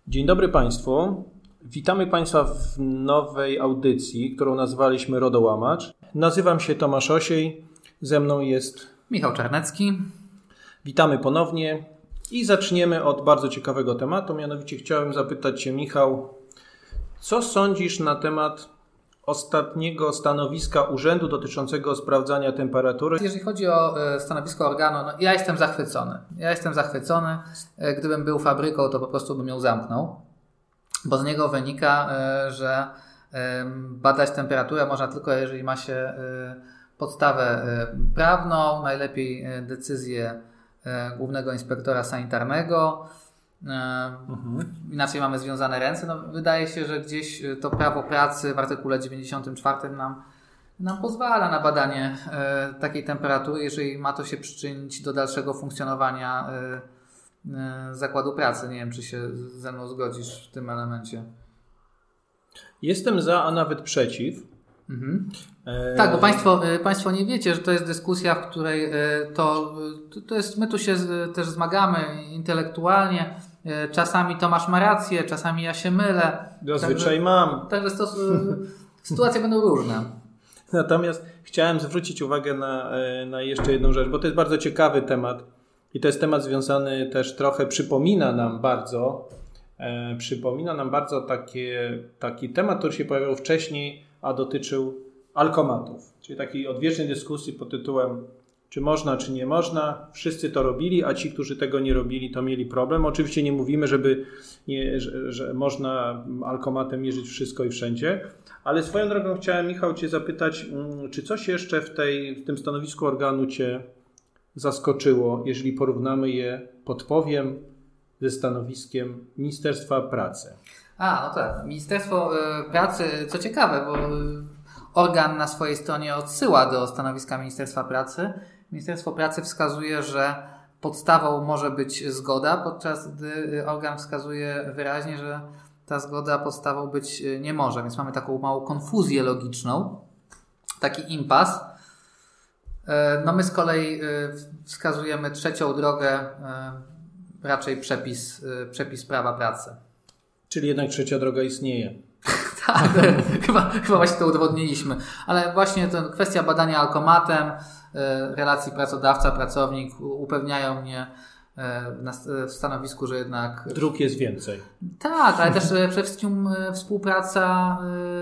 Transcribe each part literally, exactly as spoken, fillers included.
Dzień dobry Państwu. Witamy Państwa w nowej audycji, którą nazwaliśmy Rodołamacz. Nazywam się Tomasz Osiej, ze mną jest Michał Czarnecki. Witamy ponownie i zaczniemy od bardzo ciekawego tematu. Mianowicie chciałem zapytać Cię, Michał, co sądzisz na temat ostatniego stanowiska urzędu dotyczącego sprawdzania temperatury? Jeżeli chodzi o stanowisko organu, no ja jestem zachwycony. Ja jestem zachwycony. Gdybym był fabryką, to po prostu bym ją zamknął, bo z niego wynika, że badać temperaturę można tylko, jeżeli ma się podstawę prawną, najlepiej decyzję głównego inspektora sanitarnego. Mhm. Inaczej mamy związane ręce. No, wydaje się, że gdzieś to prawo pracy w artykule dziewięćdziesiątym czwartym nam, nam pozwala na badanie e, takiej temperatury, jeżeli ma to się przyczynić do dalszego funkcjonowania e, e, zakładu pracy. Nie wiem, czy się ze mną zgodzisz w tym elemencie. Jestem za, a nawet przeciw. Mhm. E... Tak, bo państwo, państwo nie wiecie, że to jest dyskusja, w której to, to jest, my tu się też zmagamy intelektualnie. Czasami Tomasz ma rację, czasami ja się mylę. Zazwyczaj także, mam. Także to, sytuacje będą różne. Natomiast chciałem zwrócić uwagę na, na jeszcze jedną rzecz, bo to jest bardzo ciekawy temat i to jest temat związany też trochę, przypomina nam bardzo, e, przypomina nam bardzo takie, taki temat, który się pojawiał wcześniej, a dotyczył alkomatów. Czyli takiej odwiecznej dyskusji pod tytułem czy można, czy nie można. Wszyscy to robili, a ci, którzy tego nie robili, to mieli problem. Oczywiście nie mówimy, żeby nie, że, że można alkomatem mierzyć wszystko i wszędzie, ale swoją drogą chciałem, Michał, Cię zapytać, czy coś jeszcze w, tej, w tym stanowisku organu Cię zaskoczyło, jeżeli porównamy je, podpowiem, ze stanowiskiem Ministerstwa Pracy? A, no tak. Ministerstwo y, Pracy, co ciekawe, bo organ na swojej stronie odsyła do stanowiska Ministerstwa Pracy. Ministerstwo Pracy wskazuje, że podstawą może być zgoda, podczas gdy organ wskazuje wyraźnie, że ta zgoda podstawą być nie może. Więc mamy taką małą konfuzję logiczną, taki impas. No my z kolei wskazujemy trzecią drogę, raczej przepis, przepis prawa pracy. Czyli jednak trzecia droga istnieje. Tak, chyba, chyba właśnie to udowodniliśmy. Ale właśnie to kwestia badania alkomatem, relacji pracodawca-pracownik upewniają mnie w stanowisku, że jednak... Dróg jest więcej. Tak, ale też przede wszystkim współpraca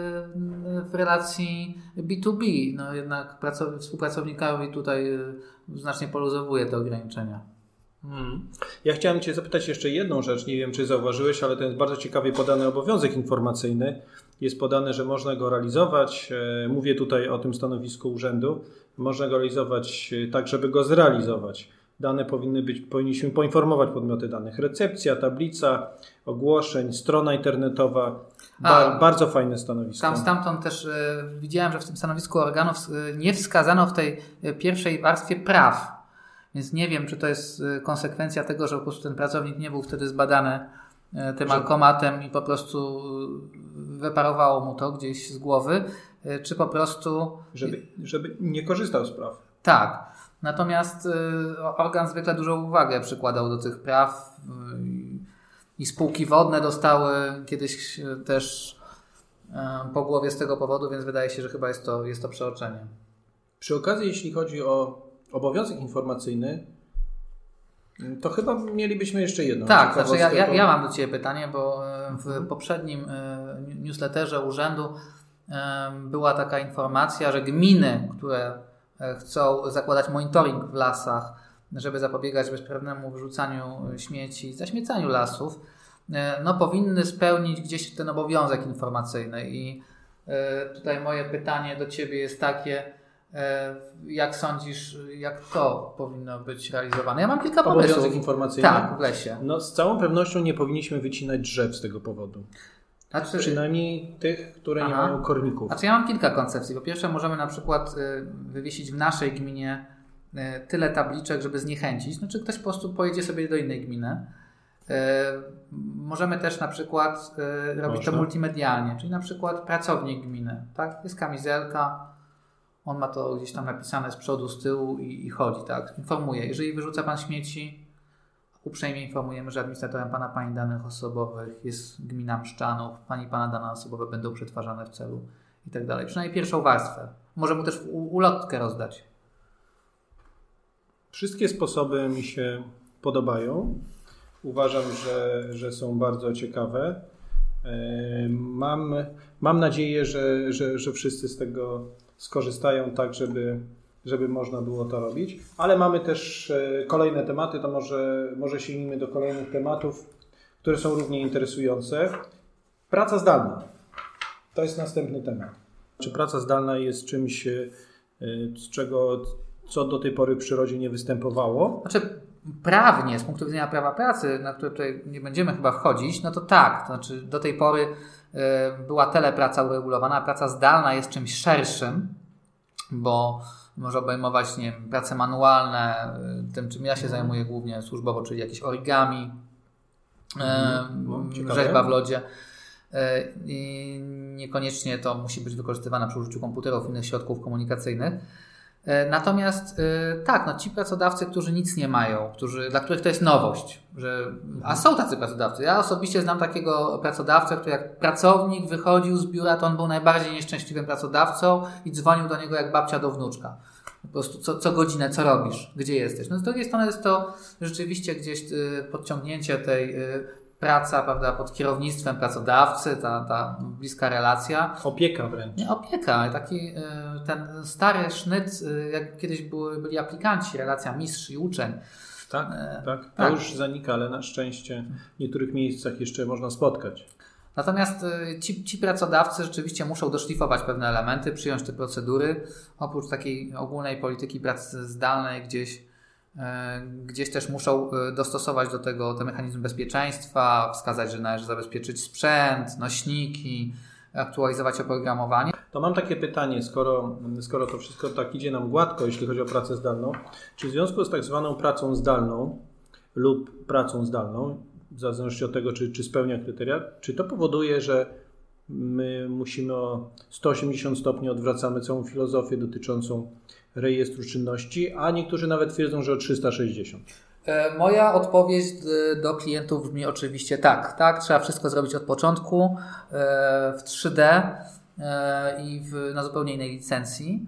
w relacji B dwa B. No jednak współpracownikowi tutaj znacznie poluzowuje te ograniczenia. Hmm. Ja chciałem Cię zapytać jeszcze jedną rzecz, nie wiem czy zauważyłeś, ale to jest bardzo ciekawie podany obowiązek informacyjny. Jest podane, że można go realizować, mówię tutaj o tym stanowisku urzędu, można go realizować tak, żeby go zrealizować. Dane powinny być, powinniśmy poinformować podmioty danych. Recepcja, tablica, ogłoszeń, strona internetowa. Bar, A, bardzo fajne stanowisko. Tam stamtąd też y, widziałem, że w tym stanowisku organów y, nie wskazano w tej y, pierwszej warstwie praw. Więc nie wiem, czy to jest konsekwencja tego, że po prostu ten pracownik nie był wtedy zbadany tym alkomatem i po prostu wyparowało mu to gdzieś z głowy, czy po prostu... Żeby, żeby nie korzystał z praw. Tak. Natomiast organ zwykle dużą uwagę przykładał do tych praw i spółki wodne dostały kiedyś też po głowie z tego powodu, więc wydaje się, że chyba jest to, jest to przeoczenie. Przy okazji, jeśli chodzi o obowiązek informacyjny, to chyba mielibyśmy jeszcze jedną. Tak, znaczy ja, ja, ja mam do Ciebie pytanie, bo w poprzednim newsletterze urzędu była taka informacja, że gminy, które chcą zakładać monitoring w lasach, żeby zapobiegać bezprawnemu wyrzucaniu śmieci, zaśmiecaniu lasów, no powinny spełnić gdzieś ten obowiązek informacyjny. I tutaj moje pytanie do Ciebie jest takie, jak sądzisz, jak to powinno być realizowane? Ja mam kilka pomysłów. Obowiązek informacyjny? Tak, w lesie. No, z całą pewnością nie powinniśmy wycinać drzew z tego powodu. Znaczy, Przynajmniej tych, które aha. nie mają korników. Znaczy ja mam kilka koncepcji. Po pierwsze możemy na przykład wywiesić w naszej gminie tyle tabliczek, żeby zniechęcić. Znaczy ktoś po prostu pojedzie sobie do innej gminy. Możemy też na przykład robić Można. to multimedialnie, czyli na przykład pracownik gminy. Tak? Jest kamizelka, on ma to gdzieś tam napisane z przodu, z tyłu i, i chodzi, tak? Informuje. Jeżeli wyrzuca Pan śmieci, Uprzejmie informujemy, że administratorem pana pani danych osobowych jest gmina Mszczanów, pani pana dane osobowe będą przetwarzane w celu i tak dalej. Przynajmniej pierwszą warstwę. Może mu też ulotkę rozdać. Wszystkie sposoby mi się podobają. Uważam, że, że są bardzo ciekawe. Mam, mam nadzieję, że, że, że wszyscy z tego skorzystają tak, żeby, żeby można było to robić. Ale mamy też kolejne tematy, to może, może sięgnijmy do kolejnych tematów, które są równie interesujące. Praca zdalna. To jest następny temat. Czy praca zdalna jest czymś, z czego, co do tej pory w przyrodzie nie występowało? Znaczy, prawnie, z punktu widzenia prawa pracy, na które tutaj nie będziemy chyba wchodzić, no to tak. To znaczy, do tej pory y, była telepraca uregulowana, a praca zdalna jest czymś szerszym, bo może obejmować, nie wiem, prace manualne, y, tym czym ja się zajmuję głównie służbowo, czyli jakieś origami, y, no, rzeźba w lodzie. I niekoniecznie to musi być wykorzystywane przy użyciu komputerów, innych środków komunikacyjnych. Natomiast tak, no ci pracodawcy, którzy nic nie mają, którzy, dla których to jest nowość, że, a są tacy pracodawcy. Ja osobiście znam takiego pracodawcę, który jak pracownik wychodził z biura, to on był najbardziej nieszczęśliwym pracodawcą i dzwonił do niego jak babcia do wnuczka. Po prostu co, co godzinę, co robisz, gdzie jesteś. No z drugiej strony jest to rzeczywiście gdzieś podciągnięcie tej praca, prawda, pod kierownictwem pracodawcy, ta, ta bliska relacja. Opieka wręcz. Nie, opieka. Taki ten stary sznyt, jak kiedyś były, byli aplikanci, relacja mistrz i uczeń. Tak, tak. To tak. Już zanika, ale na szczęście w niektórych miejscach jeszcze można spotkać. Natomiast ci, ci pracodawcy rzeczywiście muszą doszlifować pewne elementy, przyjąć te procedury. Oprócz takiej ogólnej polityki pracy zdalnej gdzieś Gdzieś też muszą dostosować do tego te mechanizmy bezpieczeństwa, wskazać, że należy zabezpieczyć sprzęt, nośniki, aktualizować oprogramowanie. To mam takie pytanie, skoro, skoro to wszystko tak idzie nam gładko, jeśli chodzi o pracę zdalną, czy w związku z tak zwaną pracą zdalną lub pracą zdalną, w zależności od tego, czy, czy spełnia kryteria, czy to powoduje, że my musimy o sto osiemdziesiąt stopni odwracamy całą filozofię dotyczącą rejestru czynności, a niektórzy nawet twierdzą, że o trzysta sześćdziesiąt. Moja odpowiedź do klientów brzmi oczywiście tak. Tak, trzeba wszystko zrobić od początku w trzy D i w, na zupełnie innej licencji.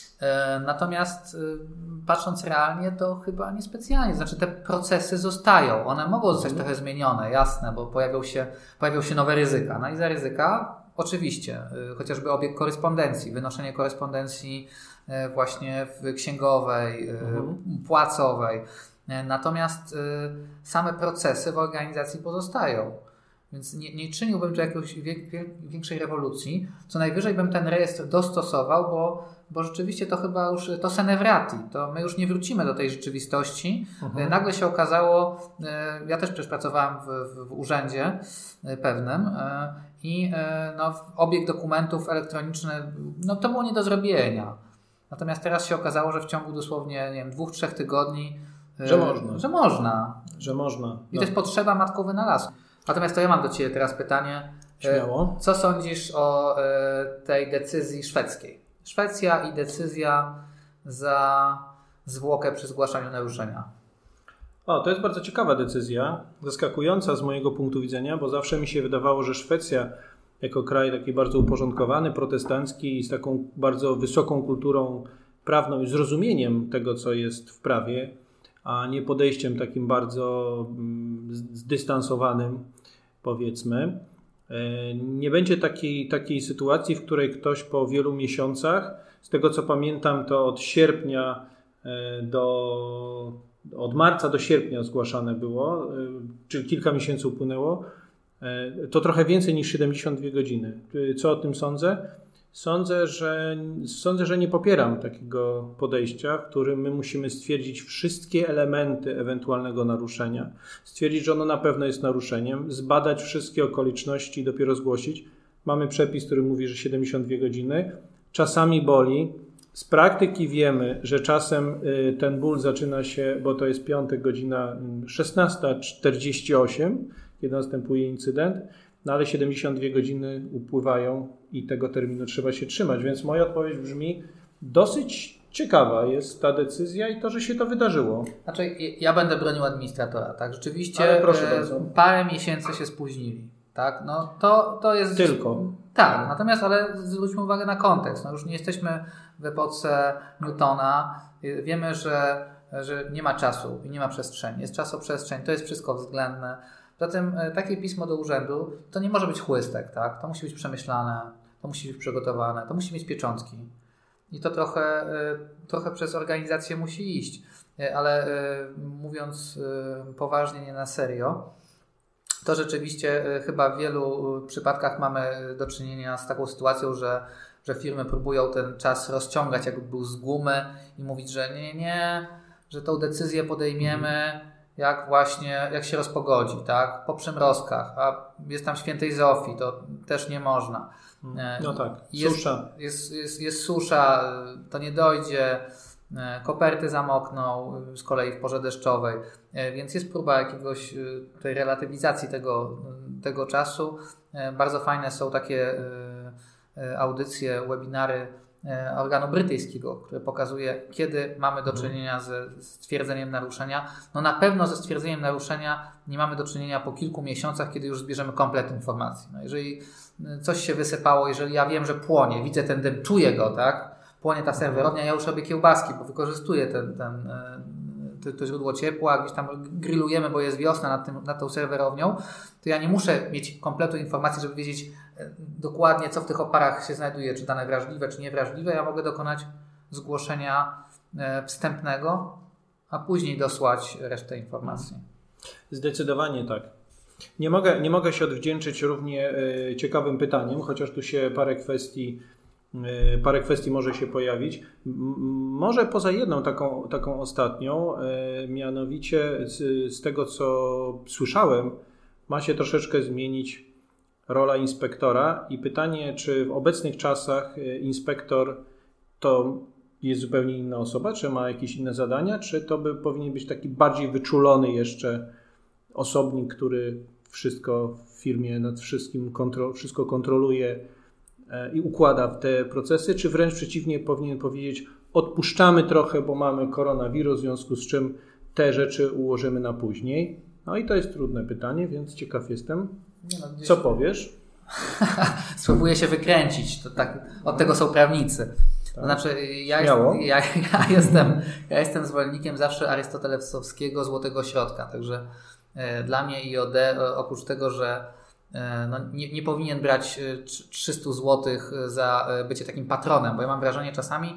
Natomiast patrząc realnie, to chyba niespecjalnie. Znaczy te procesy zostają. One mogą zostać trochę zmienione, jasne, bo pojawią się, pojawią się nowe ryzyka. No i za ryzyka oczywiście, chociażby obieg korespondencji, wynoszenie korespondencji właśnie w księgowej, mhm. płacowej. Natomiast same procesy w organizacji pozostają. Więc nie, nie czyniłbym tu jakiejś większej rewolucji. Co najwyżej bym ten rejestr dostosował, bo, bo rzeczywiście to chyba już to senevrati. To my już nie wrócimy do tej rzeczywistości. Mhm. Nagle się okazało, ja też przecież pracowałem w, w, w urzędzie pewnym i no, obieg dokumentów elektroniczny, no to było nie do zrobienia. Natomiast teraz się okazało, że w ciągu dosłownie nie wiem, dwóch, trzech tygodni że można. Że można. Że można. No. I to jest potrzeba matką wynalazku. Natomiast to ja mam do Ciebie teraz pytanie. Śmiało. Co sądzisz o tej decyzji szwedzkiej? Szwecja i decyzja za zwłokę przy zgłaszaniu naruszenia. O, to jest bardzo ciekawa decyzja. Zaskakująca z mojego punktu widzenia, bo zawsze mi się wydawało, że Szwecja jako kraj taki bardzo uporządkowany, protestancki i z taką bardzo wysoką kulturą prawną i zrozumieniem tego, co jest w prawie, a nie podejściem takim bardzo zdystansowanym, powiedzmy. Nie będzie takiej, takiej sytuacji, w której ktoś po wielu miesiącach, z tego co pamiętam, to od sierpnia do, od marca do sierpnia zgłaszane było, czyli kilka miesięcy upłynęło, to trochę więcej niż siedemdziesiąt dwie godziny. Co o tym sądzę? Sądzę, że, sądzę, że nie popieram takiego podejścia, w którym my musimy stwierdzić wszystkie elementy ewentualnego naruszenia, stwierdzić, że ono na pewno jest naruszeniem, zbadać wszystkie okoliczności i dopiero zgłosić. Mamy przepis, który mówi, że siedemdziesiąt dwie godziny. Czasami boli. Z praktyki wiemy, że czasem ten ból zaczyna się, bo to jest piątek, godzina szesnasta czterdzieści osiem, kiedy następuje incydent, no ale siedemdziesiąt dwie godziny upływają i tego terminu trzeba się trzymać. Więc moja odpowiedź brzmi dosyć ciekawa jest ta decyzja i to, że się to wydarzyło. Znaczy, ja będę bronił administratora, tak? Rzeczywiście Ale proszę bardzo. parę miesięcy się spóźnili, tak? No to, to jest... Tylko. Tak, natomiast ale zwróćmy uwagę na kontekst. No już nie jesteśmy w epoce Newtona. Wiemy, że, że nie ma czasu i nie ma przestrzeni. Jest czasoprzestrzeń, to jest wszystko względne. Zatem takie pismo do urzędu to nie może być chłystek, tak? To musi być przemyślane, to musi być przygotowane, to musi mieć pieczątki. I to trochę, trochę przez organizację musi iść. Ale mówiąc poważnie, nie na serio, to rzeczywiście chyba w wielu przypadkach mamy do czynienia z taką sytuacją, że, że firmy próbują ten czas rozciągać, jakby był z gumy i mówić, że nie, nie, że tą decyzję podejmiemy jak właśnie, jak się rozpogodzi, tak? Po przymrozkach, a jest tam świętej Zofii, to też nie można. No tak, jest, susza. Jest, jest, jest susza, to nie dojdzie, koperty zamokną z kolei w porze deszczowej, więc jest próba jakiegoś tej relatywizacji tego, tego czasu. Bardzo fajne są takie audycje, webinary organu brytyjskiego, które pokazuje, kiedy mamy do czynienia ze stwierdzeniem naruszenia. No na pewno ze stwierdzeniem naruszenia nie mamy do czynienia po kilku miesiącach, kiedy już zbierzemy komplet informacji. No jeżeli coś się wysypało, jeżeli ja wiem, że płonie, widzę ten dym, czuję go, tak? Płonie ta serwerownia, ja już robię kiełbaski, bo wykorzystuję ten, ten, to, to źródło ciepła, gdzieś tam grillujemy, bo jest wiosna nad, tym, nad tą serwerownią, to ja nie muszę mieć kompletu informacji, żeby wiedzieć dokładnie, co w tych oparach się znajduje, czy dane wrażliwe, czy niewrażliwe. Ja mogę dokonać zgłoszenia wstępnego, a później dosłać resztę informacji. Zdecydowanie tak. Nie mogę, nie mogę się odwdzięczyć równie ciekawym pytaniem, chociaż tu się parę kwestii Parę kwestii może się pojawić. Może poza jedną taką, taką ostatnią, mianowicie z, z tego, co słyszałem, ma się troszeczkę zmienić rola inspektora i pytanie, czy w obecnych czasach inspektor to jest zupełnie inna osoba, czy ma jakieś inne zadania, czy to by powinien być taki bardziej wyczulony jeszcze osobnik, który wszystko w firmie nad wszystkim kontro, wszystko kontroluje i układa w te procesy, czy wręcz przeciwnie powinien powiedzieć, odpuszczamy trochę, bo mamy koronawirus, w związku z czym te rzeczy ułożymy na później. No i to jest trudne pytanie, więc ciekaw jestem. No, gdzieś... Co powiesz? Spróbuję się wykręcić, to tak, od tego są prawnicy. Tak. To znaczy, ja, jest, ja, ja, jestem, ja jestem zwolennikiem zawsze arystotelesowskiego złotego środka, także e, dla mnie I O D, oprócz tego, że No, nie, nie powinien brać trzysta złotych za bycie takim patronem, bo ja mam wrażenie czasami,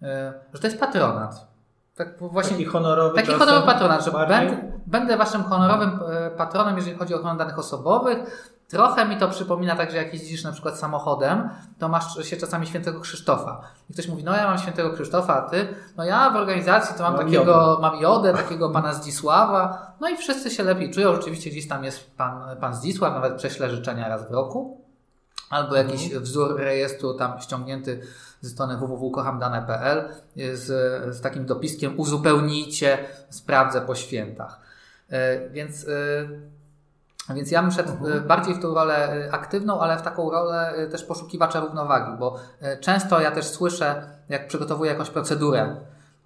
że to jest patronat. Tak właśnie, taki honorowy, taki honorowy patronat, że będę, będę waszym honorowym patronem, jeżeli chodzi o ochronę danych osobowych. Trochę mi to przypomina tak, że jak jeździsz na przykład samochodem, to masz się czasami świętego Krzysztofa. I ktoś mówi, no ja mam świętego Krzysztofa, a ty? No ja w organizacji to mam, mam takiego, jodę. mam Jodę, takiego pana Zdzisława. No i wszyscy się lepiej czują. Rzeczywiście gdzieś tam jest pan, pan Zdzisław, nawet prześle życzenia raz w roku. Albo jakiś mhm. wzór rejestru tam ściągnięty ze strony w w w kropka kocham dane kropka p l z, z takim dopiskiem uzupełnijcie, sprawdzę po świętach. Yy, więc... Yy, Więc ja bym szedł uh-huh. bardziej w tą rolę aktywną, ale w taką rolę też poszukiwacza równowagi, bo często ja też słyszę, jak przygotowuję jakąś procedurę,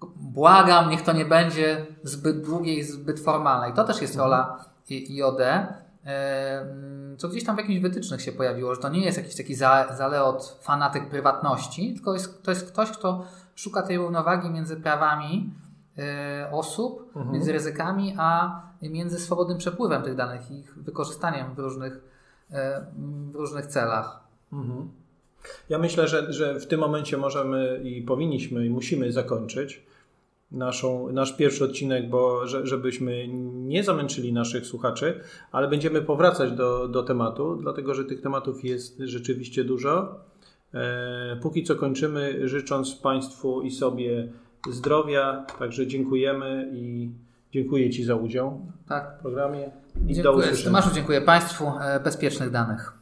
błagam, niech to nie będzie zbyt długie i zbyt formalne. I to też jest rola I O D, co gdzieś tam w jakichś wytycznych się pojawiło, że to nie jest jakiś taki zaleot, fanatyk prywatności, tylko jest, to jest ktoś, kto szuka tej równowagi między prawami osób, mhm. między ryzykami, a między swobodnym przepływem tych danych i ich wykorzystaniem w różnych, w różnych celach. Mhm. Ja myślę, że, że w tym momencie możemy i powinniśmy i musimy zakończyć naszą, nasz pierwszy odcinek, bo że, żebyśmy nie zamęczyli naszych słuchaczy, ale będziemy powracać do, do tematu, dlatego że tych tematów jest rzeczywiście dużo. E, póki co kończymy, życząc Państwu i sobie zdrowia, także dziękujemy i dziękuję Ci za udział tak. w programie. I dziękuję. Do usłyszenia. Tomaszu, dziękuję Państwu. Bezpiecznych danych.